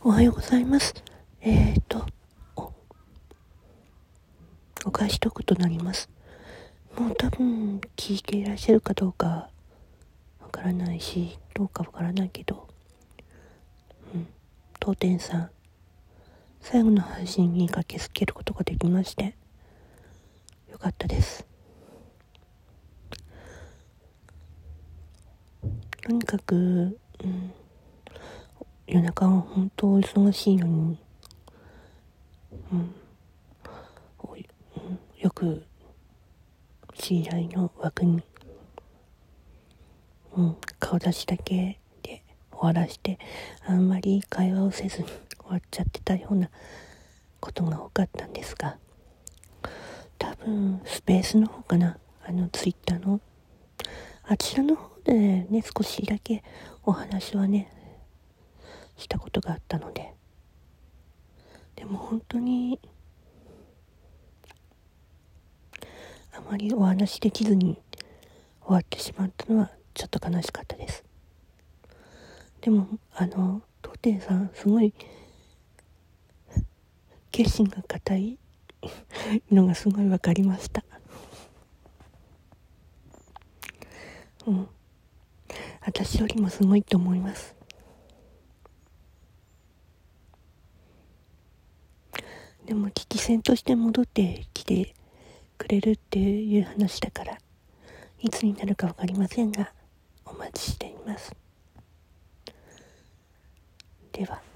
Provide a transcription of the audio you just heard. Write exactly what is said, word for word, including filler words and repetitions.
おはようございます。えーと、お、お返しトークとなります。もう多分聞いていらっしゃるかどうかわからないし、どうかわからないけど、うん、当店さん、最後の配信に駆けつけることができまして、よかったです。とにかく、うん、夜中は本当お忙しいのに、うん、よく知り合いの枠に、うん、顔出しだけで終わらしてあんまり会話をせずに終わっちゃってたようなことが多かったんですが、多分スペースの方かな、あのツイッターのあちらの方でね、少しだけお話はねしたことがあったので、でも本当にあまりお話できずに終わってしまったのはちょっと悲しかったです。でもあの当店さんすごい決心が固いのがすごい分かりました。うん、私よりもすごいと思います。でも危機戦として戻ってきてくれるっていう話だから、いつになるか分かりませんがお待ちしています。では。